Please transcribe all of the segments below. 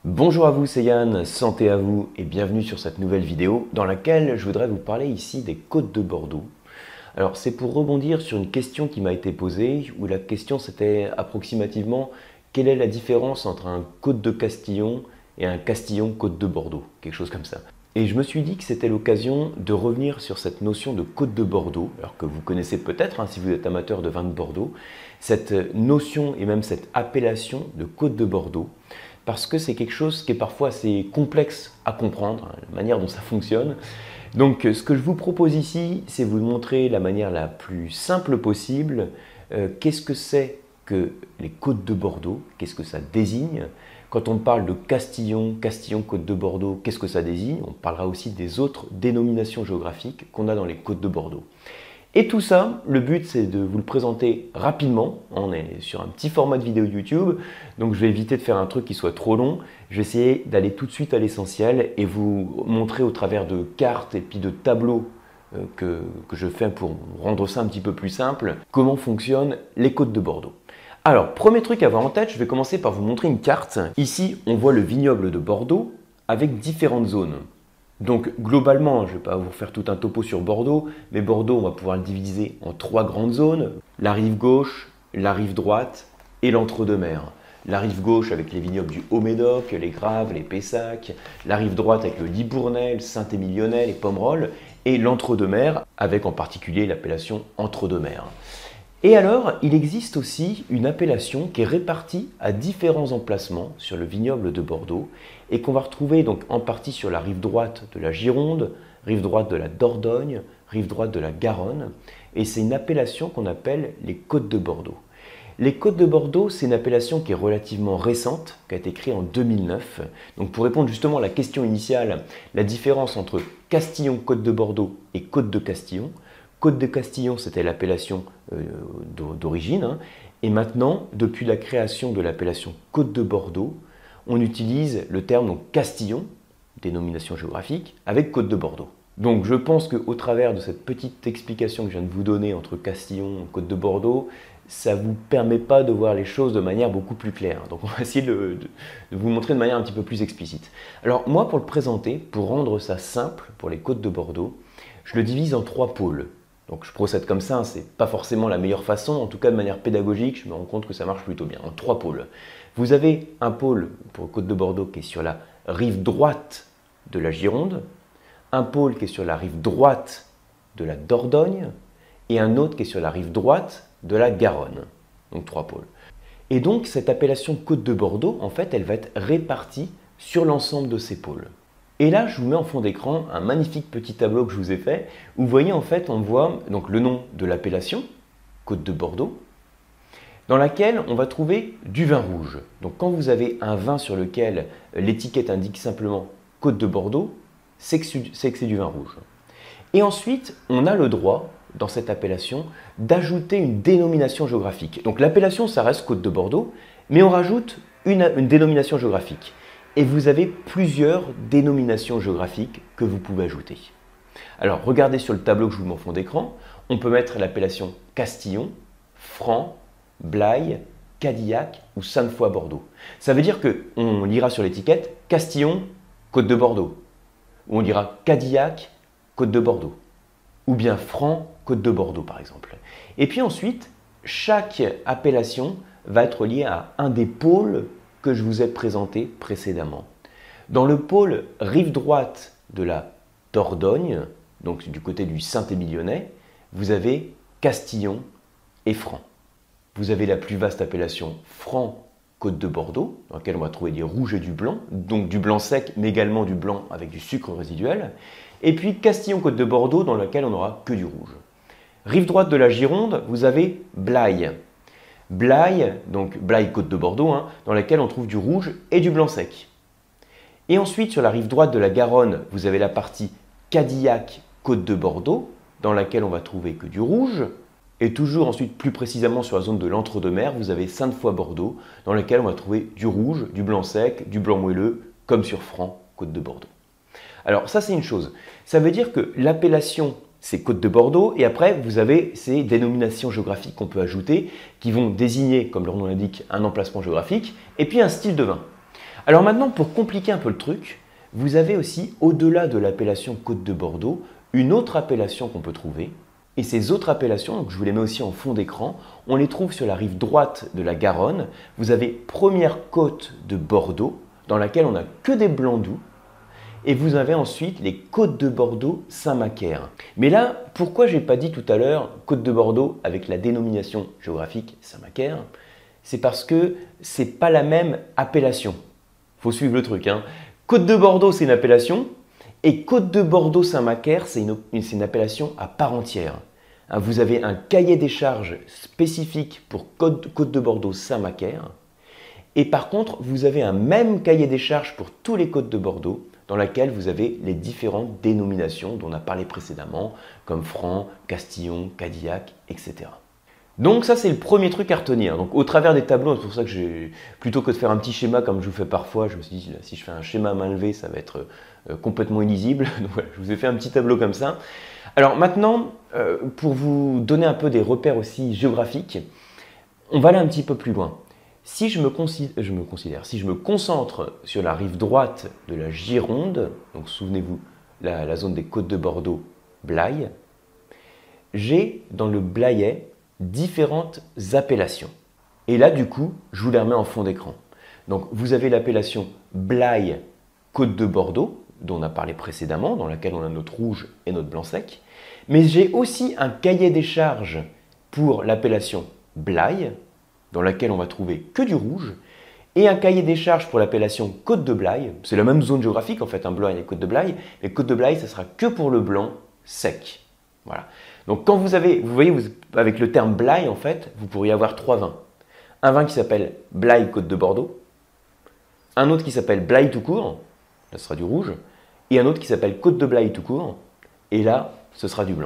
Bonjour à vous, c'est Yann, santé à vous et bienvenue sur cette nouvelle vidéo dans laquelle je voudrais vous parler ici des côtes de Bordeaux. Alors c'est pour rebondir sur une question qui m'a été posée où la question c'était approximativement quelle est la différence entre un côte de Castillon et un Castillon côte de Bordeaux, quelque chose comme ça. Et je me suis dit que c'était l'occasion de revenir sur cette notion de côte de Bordeaux, alors que vous connaissez peut-être si vous êtes amateur de vin de Bordeaux, cette notion et même cette appellation de côte de Bordeaux, parce que c'est quelque chose qui est parfois assez complexe à comprendre, la manière dont ça fonctionne. Donc ce que je vous propose ici, c'est vous montrer la manière la plus simple possible, qu'est-ce que c'est que les côtes de Bordeaux, qu'est-ce que ça désigne. Quand on parle de Castillon, Castillon-Côte de Bordeaux, qu'est-ce que ça désigne? On parlera aussi des autres dénominations géographiques qu'on a dans les côtes de Bordeaux. Et tout ça, le but c'est de vous le présenter rapidement. On est sur un petit format de vidéo YouTube, donc je vais éviter de faire un truc qui soit trop long. Je vais essayer d'aller tout de suite à l'essentiel et vous montrer au travers de cartes et puis de tableaux que je fais pour rendre ça un petit peu plus simple, comment fonctionnent les côtes de Bordeaux. Alors, premier truc à avoir en tête, je vais commencer par vous montrer une carte. Ici, on voit le vignoble de Bordeaux avec différentes zones. Donc globalement, je ne vais pas vous faire tout un topo sur Bordeaux, mais Bordeaux, on va pouvoir le diviser en trois grandes zones, la rive gauche, la rive droite et l'entre-deux-mers. La rive gauche avec les vignobles du Haut-Médoc, les Graves, les Pessac, la rive droite avec le Libournais, le Saint-Émilionnais, les Pomerol, et l'entre-deux-mers avec en particulier l'appellation entre-deux-mers. Et alors, il existe aussi une appellation qui est répartie à différents emplacements sur le vignoble de Bordeaux et qu'on va retrouver donc en partie sur la rive droite de la Gironde, rive droite de la Dordogne, rive droite de la Garonne. Et c'est une appellation qu'on appelle les côtes de Bordeaux. Les côtes de Bordeaux, c'est une appellation qui est relativement récente, qui a été créée en 2009. Donc pour répondre justement à la question initiale, la différence entre Castillon-Côte de Bordeaux et Côte de Castillon. Côte de Castillon, c'était l'appellation d'origine. Et maintenant, depuis la création de l'appellation Côte de Bordeaux, on utilise le terme donc, Castillon, dénomination géographique, avec Côte de Bordeaux. Donc je pense qu'au travers de cette petite explication que je viens de vous donner entre Castillon et Côte de Bordeaux, ça ne vous permet pas de voir les choses de manière beaucoup plus claire. Donc on va essayer de vous montrer de manière un petit peu plus explicite. Alors moi, pour le présenter, pour rendre ça simple pour les Côtes de Bordeaux, je le divise en trois pôles. Donc je procède comme ça, ce n'est pas forcément la meilleure façon, en tout cas de manière pédagogique, je me rends compte que ça marche plutôt bien, en trois pôles. Vous avez un pôle pour Côte de Bordeaux qui est sur la rive droite de la Gironde, un pôle qui est sur la rive droite de la Dordogne et un autre qui est sur la rive droite de la Garonne. Donc trois pôles. Et donc cette appellation Côte de Bordeaux, en fait, elle va être répartie sur l'ensemble de ces pôles. Et là, je vous mets en fond d'écran un magnifique petit tableau que je vous ai fait, où vous voyez en fait, on voit donc le nom de l'appellation, Côte de Bordeaux, dans laquelle on va trouver du vin rouge. Donc quand vous avez un vin sur lequel l'étiquette indique simplement Côte de Bordeaux, c'est que c'est du vin rouge. Et ensuite, on a le droit, dans cette appellation, d'ajouter une dénomination géographique. Donc l'appellation, ça reste Côte de Bordeaux, mais on rajoute une dénomination géographique. Et vous avez plusieurs dénominations géographiques que vous pouvez ajouter. Alors, regardez sur le tableau que je vous mets en fond d'écran, on peut mettre l'appellation Castillon, Franc, Blaye, Cadillac ou Sainte-Foy-Bordeaux. Ça veut dire qu'on lira sur l'étiquette Castillon, Côte de Bordeaux. Ou on dira Cadillac, Côte de Bordeaux. Ou bien Franc, Côte de Bordeaux par exemple. Et puis ensuite, chaque appellation va être liée à un des pôles que je vous ai présenté précédemment. Dans le pôle rive droite de la Dordogne, donc du côté du Saint-Émilionnais, vous avez Castillon et Franc. Vous avez la plus vaste appellation Franc Côte de Bordeaux, dans laquelle on va trouver du rouge et du blanc, donc du blanc sec, mais également du blanc avec du sucre résiduel. Et puis Castillon Côte de Bordeaux, dans laquelle on n'aura que du rouge. Rive droite de la Gironde, vous avez Blaye. Blaye, donc Blaye Côte de Bordeaux, dans laquelle on trouve du rouge et du blanc sec. Et ensuite, sur la rive droite de la Garonne, vous avez la partie Cadillac Côte de Bordeaux, dans laquelle on va trouver que du rouge. Et toujours ensuite, plus précisément sur la zone de l'entre-deux-mers, vous avez Sainte-Foy-Bordeaux, dans laquelle on va trouver du rouge, du blanc sec, du blanc moelleux, comme sur Franc Côte de Bordeaux. Alors ça, c'est une chose. Ça veut dire que l'appellation, c'est Côte de Bordeaux, et après, vous avez ces dénominations géographiques qu'on peut ajouter, qui vont désigner, comme leur nom l'indique, un emplacement géographique, et puis un style de vin. Alors maintenant, pour compliquer un peu le truc, vous avez aussi, au-delà de l'appellation Côte de Bordeaux, une autre appellation qu'on peut trouver. Et ces autres appellations, donc je vous les mets aussi en fond d'écran, on les trouve sur la rive droite de la Garonne. Vous avez première côte de Bordeaux, dans laquelle on n'a que des blancs doux. Et vous avez ensuite les côtes de Bordeaux Saint-Macaire. Mais là, pourquoi je n'ai pas dit tout à l'heure côte de Bordeaux avec la dénomination géographique Saint-Macaire? C'est parce que ce n'est pas la même appellation. Il faut suivre le truc, hein. Côte de Bordeaux, c'est une appellation. Et Côte de Bordeaux Saint-Macaire, c'est une appellation à part entière. Vous avez un cahier des charges spécifique pour Côte de Bordeaux Saint-Macaire. Et par contre, vous avez un même cahier des charges pour tous les côtes de Bordeaux, dans lequel vous avez les différentes dénominations dont on a parlé précédemment, comme Franc, Castillon, Cadillac, etc. Donc ça, c'est le premier truc à retenir. Donc au travers des tableaux, c'est pour ça que plutôt que de faire un petit schéma comme je vous fais parfois, je me suis dit, là, si je fais un schéma à main levée, ça va être complètement illisible. Donc voilà, je vous ai fait un petit tableau comme ça. Alors maintenant, pour vous donner un peu des repères aussi géographiques, on va aller un petit peu plus loin. Si je me concentre sur la rive droite de la Gironde, donc souvenez-vous, la zone des côtes de Bordeaux, Blaye, j'ai dans le Blayais différentes appellations. Et là, du coup, je vous les remets en fond d'écran. Donc, vous avez l'appellation Blaye Côte de Bordeaux, dont on a parlé précédemment, dans laquelle on a notre rouge et notre blanc sec. Mais j'ai aussi un cahier des charges pour l'appellation Blaye, dans laquelle on va trouver que du rouge, et un cahier des charges pour l'appellation Côte de Blaye. C'est la même zone géographique, en fait, un Blaye et Côte de Blaye, mais Côte de Blaye, ça sera que pour le blanc sec. Voilà. Donc quand vous voyez, avec le terme Blaye, en fait, vous pourriez avoir trois vins. Un vin qui s'appelle Blaye Côte de Bordeaux, un autre qui s'appelle Blaye tout court, là ce sera du rouge, et un autre qui s'appelle Côte de Blaye tout court, et là, ce sera du blanc.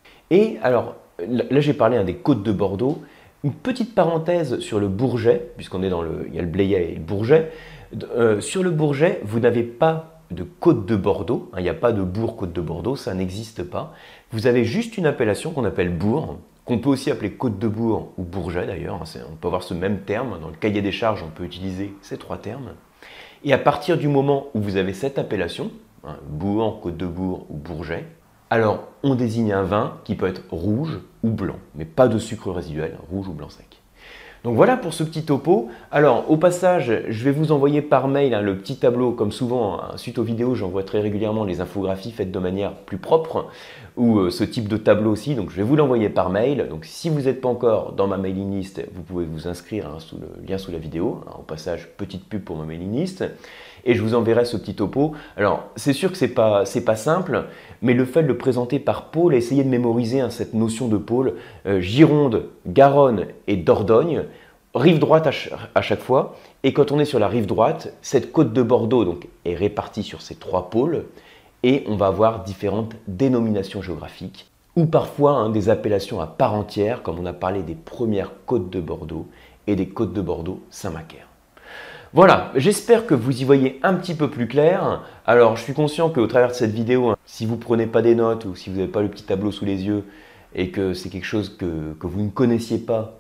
Et alors, là j'ai parlé des côtes de Bordeaux. Une petite parenthèse sur le Bourget, puisqu'on est il y a le Blayais et le Bourget. Sur le Bourget, vous n'avez pas de côte de Bordeaux, il n'y a pas de bourg côte de Bordeaux, ça n'existe pas. Vous avez juste une appellation qu'on appelle bourg, qu'on peut aussi appeler côte de bourg ou Bourget d'ailleurs. On peut avoir ce même terme, dans le cahier des charges on peut utiliser ces trois termes. Et à partir du moment où vous avez cette appellation, bourg, côte de bourg ou Bourget, alors on désigne un vin qui peut être rouge ou blanc, mais pas de sucre résiduel, rouge ou blanc sec. Donc voilà pour ce petit topo. Alors au passage, je vais vous envoyer par mail le petit tableau, comme souvent, suite aux vidéos, j'envoie très régulièrement les infographies faites de manière plus propre, ou ce type de tableau aussi, donc je vais vous l'envoyer par mail. Donc si vous n'êtes pas encore dans ma mailing list, vous pouvez vous inscrire sous le lien sous la vidéo. Au passage, petite pub pour ma mailing list. Et je vous enverrai ce petit topo. Alors, c'est sûr que c'est pas simple, mais le fait de le présenter par pôle, essayez de mémoriser cette notion de pôle, Gironde, Garonne et Dordogne, rive droite à chaque fois. Et quand on est sur la rive droite, cette côte de Bordeaux donc, est répartie sur ces trois pôles et on va avoir différentes dénominations géographiques ou parfois des appellations à part entière, comme on a parlé des premières côtes de Bordeaux et des côtes de Bordeaux Saint-Macaire. Voilà, j'espère que vous y voyez un petit peu plus clair. Alors, je suis conscient qu'au travers de cette vidéo, si vous ne prenez pas des notes ou si vous n'avez pas le petit tableau sous les yeux et que c'est quelque chose que vous ne connaissiez pas,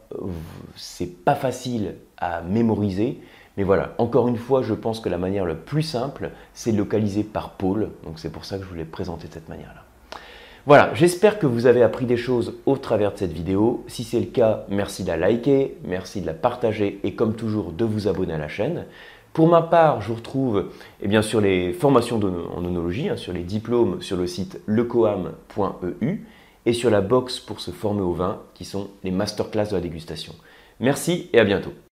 c'est pas facile à mémoriser. Mais voilà, encore une fois, je pense que la manière la plus simple, c'est de localiser par pôle. Donc, c'est pour ça que je vous l'ai présenté de cette manière-là. Voilà, j'espère que vous avez appris des choses au travers de cette vidéo. Si c'est le cas, merci de la liker, merci de la partager et comme toujours de vous abonner à la chaîne. Pour ma part, je vous retrouve sur les formations en œnologie, sur les diplômes sur le site lecoam.eu et sur la box pour se former au vin qui sont les masterclass de la dégustation. Merci et à bientôt.